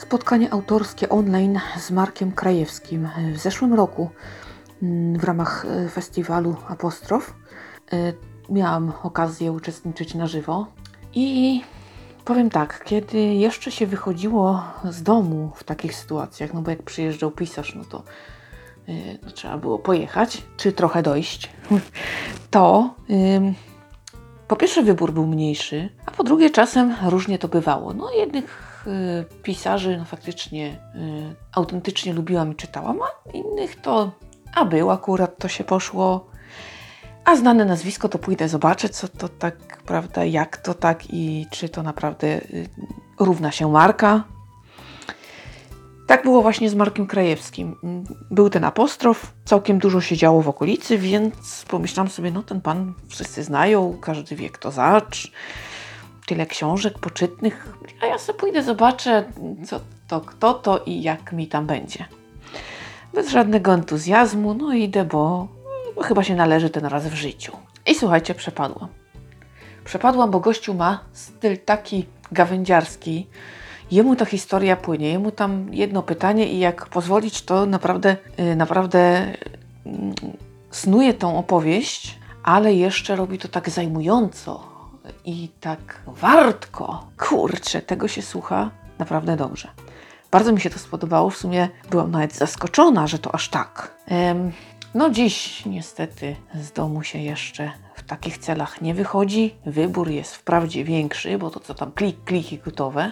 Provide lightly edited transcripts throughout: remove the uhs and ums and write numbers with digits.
spotkanie autorskie online z Markiem Krajewskim w zeszłym roku w ramach festiwalu Apostrof. Miałam okazję uczestniczyć na żywo i powiem tak, kiedy jeszcze się wychodziło z domu w takich sytuacjach, no bo jak przyjeżdżał pisarz, no to trzeba było pojechać, czy trochę dojść, to po pierwsze wybór był mniejszy, a po drugie czasem różnie to bywało. No jednych pisarzy faktycznie autentycznie lubiłam i czytałam, a innych to był akurat, to się poszło, a znane nazwisko to pójdę zobaczę, co to tak, prawda, jak to tak i czy to naprawdę równa się Marka. Tak było właśnie z Markiem Krajewskim. Był ten apostrof, całkiem dużo się działo w okolicy, więc pomyślałam sobie, no ten pan wszyscy znają, każdy wie kto zacz, tyle książek poczytnych, a ja sobie pójdę zobaczę, co to, kto to i jak mi tam będzie. Bez żadnego entuzjazmu, no idę, bo chyba się należy ten raz w życiu. I słuchajcie, Przepadłam, bo gościu ma styl taki gawędziarski. Jemu ta historia płynie, jemu tam jedno pytanie i jak pozwolić, to naprawdę snuje tą opowieść, ale jeszcze robi to tak zajmująco i tak wartko. Kurczę, tego się słucha naprawdę dobrze. Bardzo mi się to spodobało, w sumie byłam nawet zaskoczona, że to aż tak. No dziś niestety z domu się jeszcze w takich celach nie wychodzi. Wybór jest wprawdzie większy, bo to co tam klik i gotowe.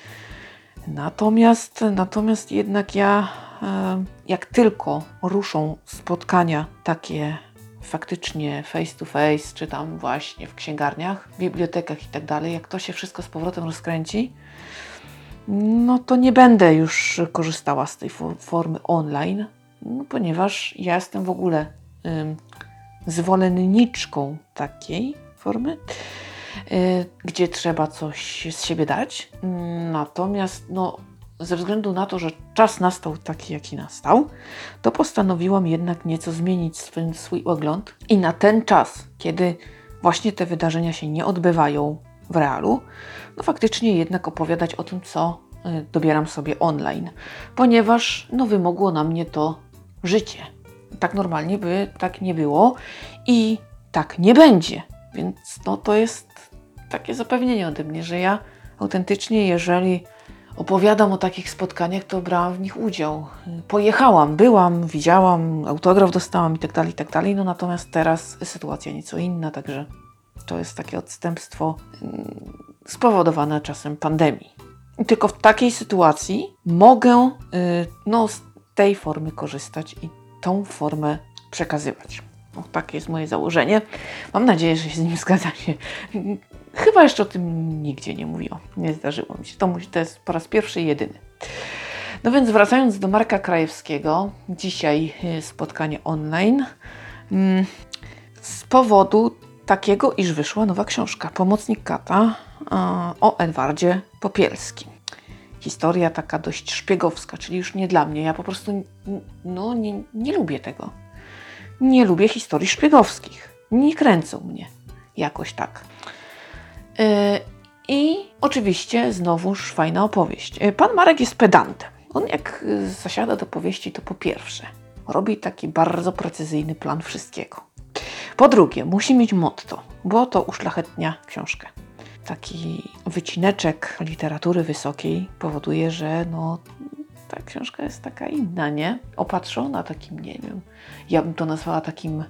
Natomiast jednak ja, jak tylko ruszą spotkania takie faktycznie face to face, czy tam właśnie w księgarniach, bibliotekach i tak dalej, jak to się wszystko z powrotem rozkręci, no to nie będę już korzystała z tej formy online, no, ponieważ ja jestem w ogóle zwolenniczką takiej formy, gdzie trzeba coś z siebie dać. Natomiast ze względu na to, że czas nastał taki, jaki nastał, to postanowiłam jednak nieco zmienić swój ogląd i na ten czas, kiedy właśnie te wydarzenia się nie odbywają w realu, no faktycznie jednak opowiadać o tym, co dobieram sobie online, ponieważ wymogło na mnie to życie. Tak normalnie by tak nie było i tak nie będzie. Więc to jest takie zapewnienie ode mnie, że ja autentycznie, jeżeli opowiadam o takich spotkaniach, to brałam w nich udział. Pojechałam, byłam, widziałam, autograf dostałam i tak dalej. No natomiast teraz sytuacja nieco inna, także to jest takie odstępstwo spowodowane czasem pandemii. I tylko w takiej sytuacji mogę z tej formy korzystać i tą formę przekazywać. Takie jest moje założenie. Mam nadzieję, że się z nim zgadzacie. Chyba jeszcze o tym nigdzie nie mówiłam. Nie zdarzyło mi się. To jest po raz pierwszy i jedyny. No więc wracając do Marka Krajewskiego. Dzisiaj spotkanie online. Z powodu takiego, iż wyszła nowa książka. Pomocnik kata o Edwardzie Popielskim. Historia taka dość szpiegowska, czyli już nie dla mnie. Ja po prostu nie lubię tego. Nie lubię historii szpiegowskich. Nie kręcą mnie jakoś tak. I oczywiście znowuż fajna opowieść. Pan Marek jest pedantem. On jak zasiada do powieści, to po pierwsze robi taki bardzo precyzyjny plan wszystkiego. Po drugie, musi mieć motto, bo to uszlachetnia książkę. Taki wycineczek literatury wysokiej powoduje, że ta książka jest taka inna, nie? Opatrzona takim, nie wiem, ja bym to nazwała takim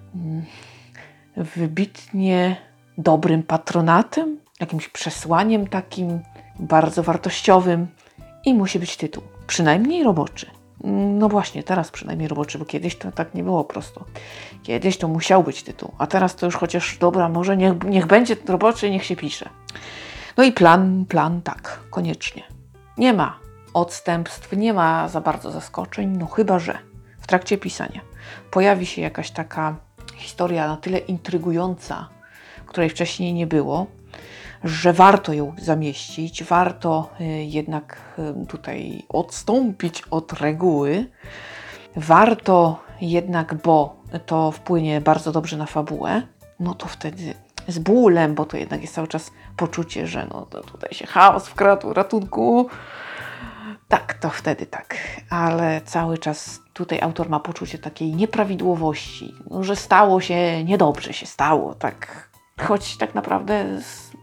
wybitnie dobrym patronatem, jakimś przesłaniem takim bardzo wartościowym i musi być tytuł, przynajmniej roboczy. No właśnie, teraz przynajmniej roboczy, bo kiedyś to tak nie było prosto. Kiedyś to musiał być tytuł, a teraz to już chociaż dobra, może niech będzie roboczy, niech się pisze. No i plan tak, koniecznie. Nie ma odstępstw, nie ma za bardzo zaskoczeń, chyba że w trakcie pisania pojawi się jakaś taka historia na tyle intrygująca, której wcześniej nie było, że warto ją zamieścić, warto jednak tutaj odstąpić od reguły, warto jednak, bo to wpłynie bardzo dobrze na fabułę, no to wtedy z bólem, bo to jednak jest cały czas poczucie, że to tutaj się chaos wkradł, ratunku, Tak, to wtedy tak, ale cały czas tutaj autor ma poczucie takiej nieprawidłowości, no, że stało się niedobrze, się stało, tak, choć tak naprawdę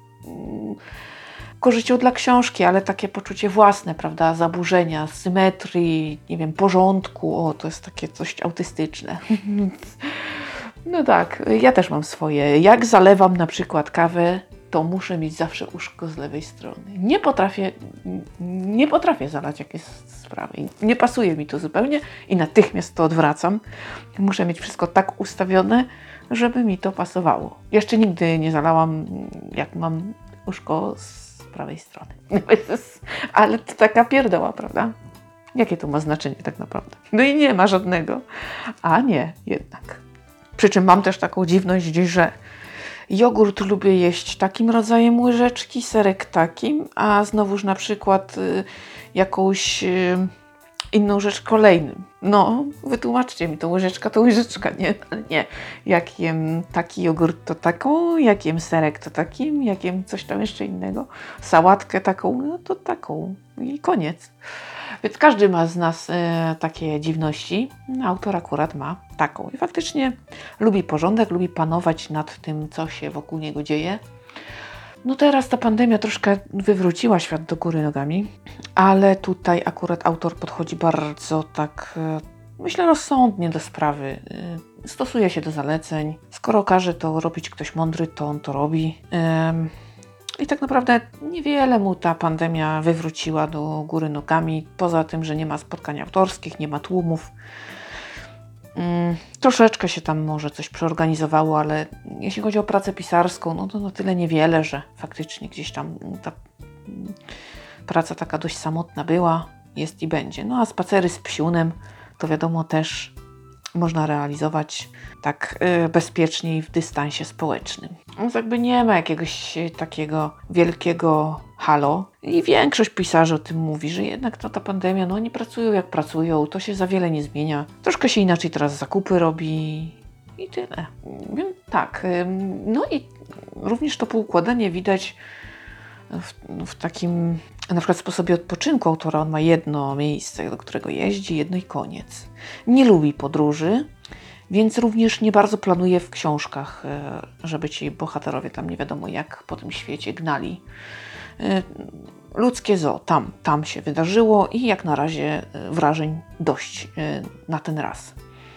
korzyścią dla książki, ale takie poczucie własne, prawda, zaburzenia, symetrii, nie wiem, porządku, to jest takie coś autystyczne. No tak, ja też mam swoje. Jak zalewam na przykład kawę, to muszę mieć zawsze uszko z lewej strony. Nie potrafię zalać jakieś sprawy. Nie pasuje mi to zupełnie i natychmiast to odwracam. Muszę mieć wszystko tak ustawione, żeby mi to pasowało. Jeszcze nigdy nie zalałam, jak mam uszko z prawej strony. Ale to taka pierdoła, prawda? Jakie to ma znaczenie tak naprawdę? No i nie ma żadnego. A nie, jednak. Przy czym mam też taką dziwność, że jogurt lubię jeść takim rodzajem łyżeczki, serek takim, a znowuż na przykład jakąś inną rzecz kolejnym. No, wytłumaczcie mi, to łyżeczka, nie, nie. Jak jem taki jogurt, to taką, jak jem serek, to takim, jak jem coś tam jeszcze innego, sałatkę taką, no to taką i koniec. Więc każdy ma z nas takie dziwności. Autor akurat ma taką. I faktycznie lubi porządek, lubi panować nad tym, co się wokół niego dzieje. No teraz ta pandemia troszkę wywróciła świat do góry nogami, ale tutaj akurat autor podchodzi bardzo tak, myślę, rozsądnie do sprawy. Stosuje się do zaleceń. Skoro każe to robić ktoś mądry, to on to robi. I tak naprawdę niewiele mu ta pandemia wywróciła do góry nogami, poza tym, że nie ma spotkań autorskich, nie ma tłumów. Troszeczkę się tam może coś przeorganizowało, ale jeśli chodzi o pracę pisarską, no to na tyle niewiele, że faktycznie gdzieś tam ta praca taka dość samotna była, jest i będzie. No a spacery z psiunem to wiadomo też można realizować tak bezpiecznie w dystansie społecznym. Więc jakby nie ma jakiegoś takiego wielkiego halo i większość pisarzy o tym mówi, że jednak ta pandemia, no oni pracują jak pracują, to się za wiele nie zmienia. Troszkę się inaczej teraz zakupy robi i tyle. Tak, no i również to poukładanie widać w takim na przykład sposobie odpoczynku autora. On ma jedno miejsce, do którego jeździ, jedno i koniec. Nie lubi podróży, więc również nie bardzo planuje w książkach, żeby ci bohaterowie tam nie wiadomo jak po tym świecie gnali. Ludzkie zoo, tam się wydarzyło i jak na razie wrażeń dość na ten raz.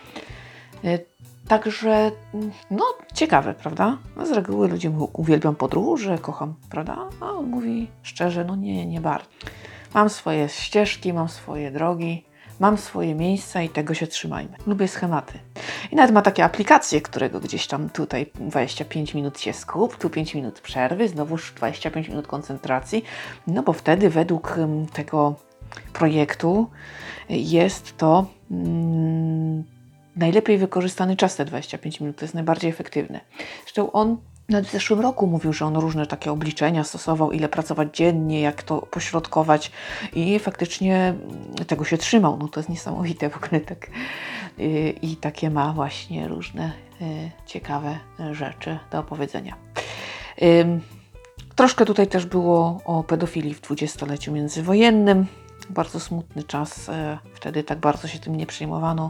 Także, no ciekawe, prawda? No, z reguły ludzie uwielbiam podróże, kocham, prawda? A on mówi szczerze, no nie bardzo. Mam swoje ścieżki, mam swoje drogi, mam swoje miejsca i tego się trzymajmy. Lubię schematy. I nawet ma takie aplikacje, którego gdzieś tam tutaj 25 minut się skup, tu 5 minut przerwy, znowuż 25 minut koncentracji, no bo wtedy według tego projektu jest to najlepiej wykorzystany czas, te 25 minut, to jest najbardziej efektywne. Zresztą on nawet w zeszłym roku mówił, że on różne takie obliczenia stosował, ile pracować dziennie, jak to pośrodkować i faktycznie tego się trzymał. No to jest niesamowite w ogóle tak. I takie ma właśnie różne ciekawe rzeczy do opowiedzenia. Troszkę tutaj też było o pedofilii w dwudziestoleciu międzywojennym. Bardzo smutny czas, wtedy tak bardzo się tym nie przejmowano.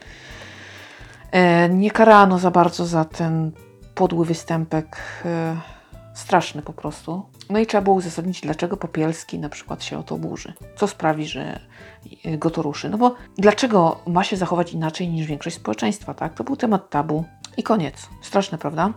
Nie karano za bardzo za ten podły występek, straszny po prostu. No i trzeba było uzasadnić, dlaczego Popielski na przykład się o to burzy. Co sprawi, że go to ruszy. No bo dlaczego ma się zachować inaczej niż większość społeczeństwa, tak? To był temat tabu i koniec. Straszne, prawda?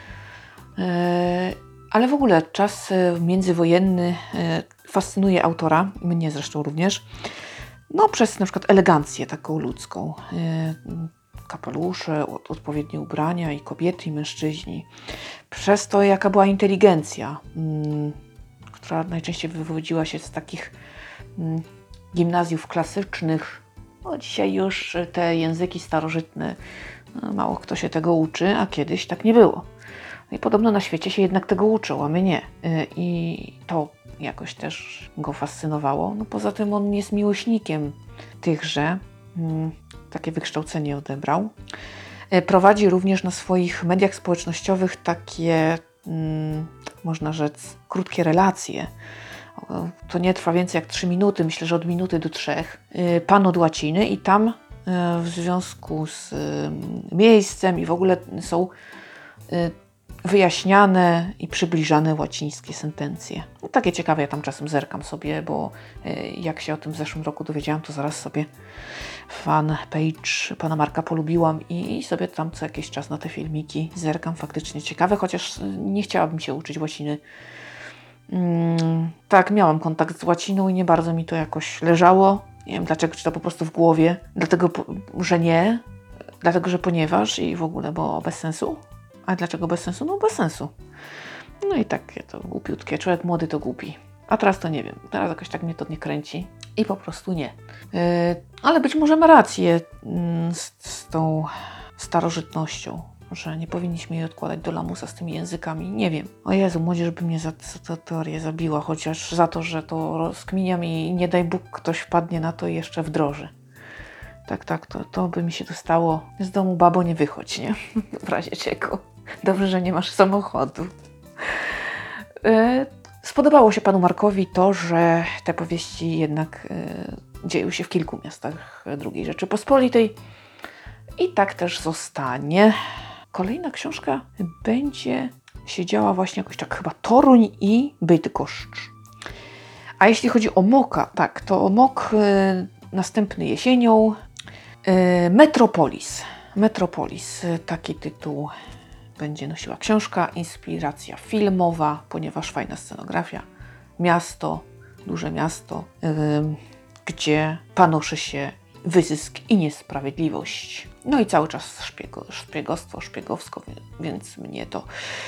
Ale w ogóle czas międzywojenny fascynuje autora, mnie zresztą również, no przez na przykład elegancję taką ludzką. Kapelusze, odpowiednie ubrania i kobiety, i mężczyźni. Przez to, jaka była inteligencja, która najczęściej wywodziła się z takich gimnazjów klasycznych. No, dzisiaj już te języki starożytne, mało kto się tego uczy, a kiedyś tak nie było. No i podobno na świecie się jednak tego uczył, a my nie. I to jakoś też go fascynowało. No poza tym on jest miłośnikiem tychże. Takie wykształcenie odebrał. Prowadzi również na swoich mediach społecznościowych takie, można rzec, krótkie relacje to nie trwa więcej jak 3 minuty, myślę, że od minuty do 3, pan od łaciny i tam w związku z miejscem i w ogóle są wyjaśniane i przybliżane łacińskie sentencje. No, takie ciekawe, ja tam czasem zerkam sobie, bo jak się o tym w zeszłym roku dowiedziałam, to zaraz sobie fanpage pana Marka polubiłam i sobie tam co jakiś czas na te filmiki zerkam, faktycznie ciekawe, chociaż nie chciałabym się uczyć łaciny. Tak, miałam kontakt z łaciną i nie bardzo mi to jakoś leżało. Nie wiem dlaczego, czy to po prostu w głowie. Dlatego, że nie. Dlatego, że ponieważ i w ogóle, bo bez sensu. A dlaczego bez sensu? No bez sensu. No i takie to głupiutkie. Człowiek młody to głupi. A teraz to nie wiem. Teraz jakoś tak mnie to nie kręci. I po prostu nie. Ale być może ma rację z tą starożytnością, że nie powinniśmy jej odkładać do lamusa z tymi językami. Nie wiem. O Jezu, młodzież by mnie za tę teorię zabiła, chociaż za to, że to rozkminiam i nie daj Bóg ktoś wpadnie na to i jeszcze wdroży. Tak, to by mi się dostało. Z domu, babo, nie wychodź, nie? W razie czego. Dobrze, że nie masz samochodu. Spodobało się panu Markowi to, że te powieści jednak dzieją się w kilku miastach II Rzeczypospolitej i tak też zostanie. Kolejna książka będzie się działa właśnie jakoś tak chyba Toruń i Bydgoszcz. A jeśli chodzi o Moka, tak, to Mok następny jesienią. Metropolis, taki tytuł będzie nosiła książka, inspiracja filmowa, ponieważ fajna scenografia, miasto, duże miasto, gdzie panoszy się wyzysk i niesprawiedliwość. No i cały czas szpiegowsko, więc mnie to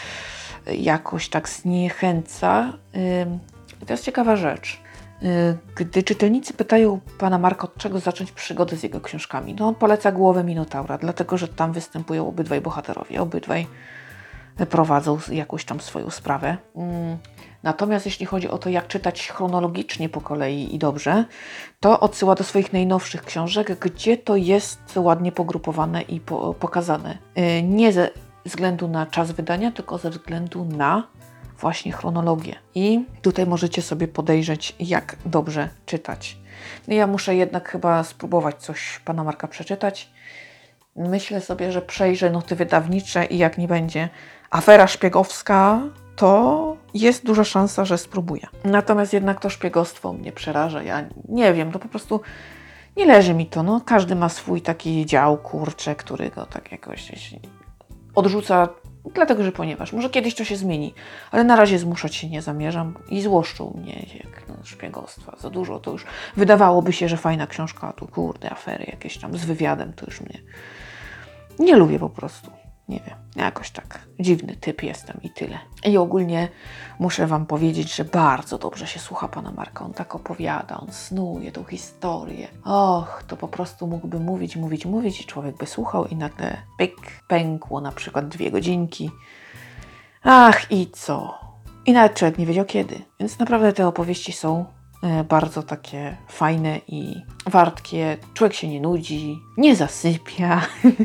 jakoś tak zniechęca. To jest ciekawa rzecz. Gdy czytelnicy pytają pana Marka, od czego zacząć przygodę z jego książkami, no on poleca Głowę Minotaura, dlatego że tam występują obydwaj bohaterowie, obydwaj prowadzą jakąś tam swoją sprawę. Natomiast jeśli chodzi o to, jak czytać chronologicznie po kolei i dobrze, to odsyła do swoich najnowszych książek, gdzie to jest ładnie pogrupowane i pokazane. Nie ze względu na czas wydania, tylko ze względu na właśnie chronologię. I tutaj możecie sobie podejrzeć, jak dobrze czytać. Ja muszę jednak chyba spróbować coś pana Marka przeczytać. Myślę sobie, że przejrzę noty wydawnicze i jak nie będzie afera szpiegowska, to jest duża szansa, że spróbuję. Natomiast jednak to szpiegostwo mnie przeraża. Ja nie wiem, to po prostu nie leży mi to. No, każdy ma swój taki dział, kurczę, który go tak jakoś odrzuca, dlatego, że ponieważ może kiedyś to się zmieni, ale na razie zmuszać się nie zamierzam i złoszczą mnie jak szpiegostwa. Za dużo to już wydawałoby się, że fajna książka, a tu kurde, afery jakieś tam z wywiadem, to już mnie nie lubię po prostu. Nie wiem, jakoś tak dziwny typ jestem i tyle. I ogólnie muszę wam powiedzieć, że bardzo dobrze się słucha pana Marka. On tak opowiada, on snuje tą historię. Och, to po prostu mógłby mówić i człowiek by słuchał i nagle pyk, pękło na przykład 2 godzinki. Ach i co? I nawet człowiek nie wiedział kiedy. Więc naprawdę te opowieści są bardzo takie fajne i wartkie. Człowiek się nie nudzi, nie zasypia.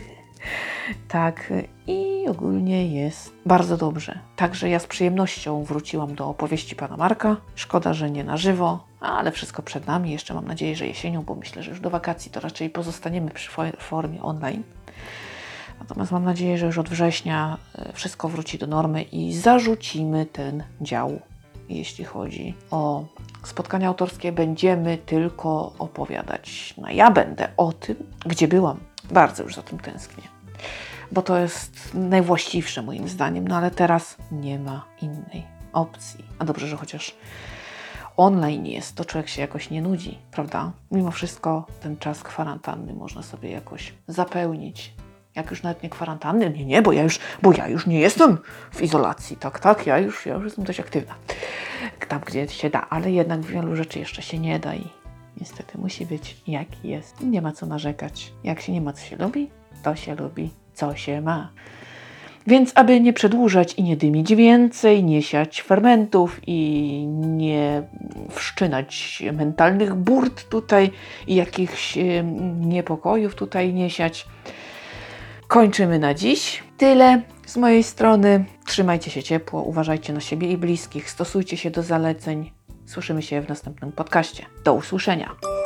Tak, i ogólnie jest bardzo dobrze. Także ja z przyjemnością wróciłam do opowieści pana Marka. Szkoda, że nie na żywo, ale wszystko przed nami. Jeszcze mam nadzieję, że jesienią, bo myślę, że już do wakacji to raczej pozostaniemy przy formie online. Natomiast mam nadzieję, że już od września wszystko wróci do normy i zarzucimy ten dział. Jeśli chodzi o spotkania autorskie, będziemy tylko opowiadać. No ja będę o tym, gdzie byłam. Bardzo już za tym tęsknię. Bo to jest najwłaściwsze moim zdaniem, no ale teraz nie ma innej opcji. A dobrze, że chociaż online jest, to człowiek się jakoś nie nudzi, prawda? Mimo wszystko ten czas kwarantanny można sobie jakoś zapełnić. Jak już nawet nie kwarantanny, nie, bo ja już nie jestem w izolacji, tak, ja już jestem dość aktywna. Tam, gdzie się da, ale jednak wielu rzeczy jeszcze się nie da i niestety musi być jaki jest. Nie ma co narzekać. Jak się nie ma, co się lubi, to się lubi, co się ma. Więc aby nie przedłużać i nie dymić więcej, nie siać fermentów i nie wszczynać mentalnych burt tutaj i jakichś niepokojów tutaj nie siać, kończymy na dziś. Tyle z mojej strony. Trzymajcie się ciepło, uważajcie na siebie i bliskich, stosujcie się do zaleceń, Słyszymy się w następnym podcaście. Do usłyszenia.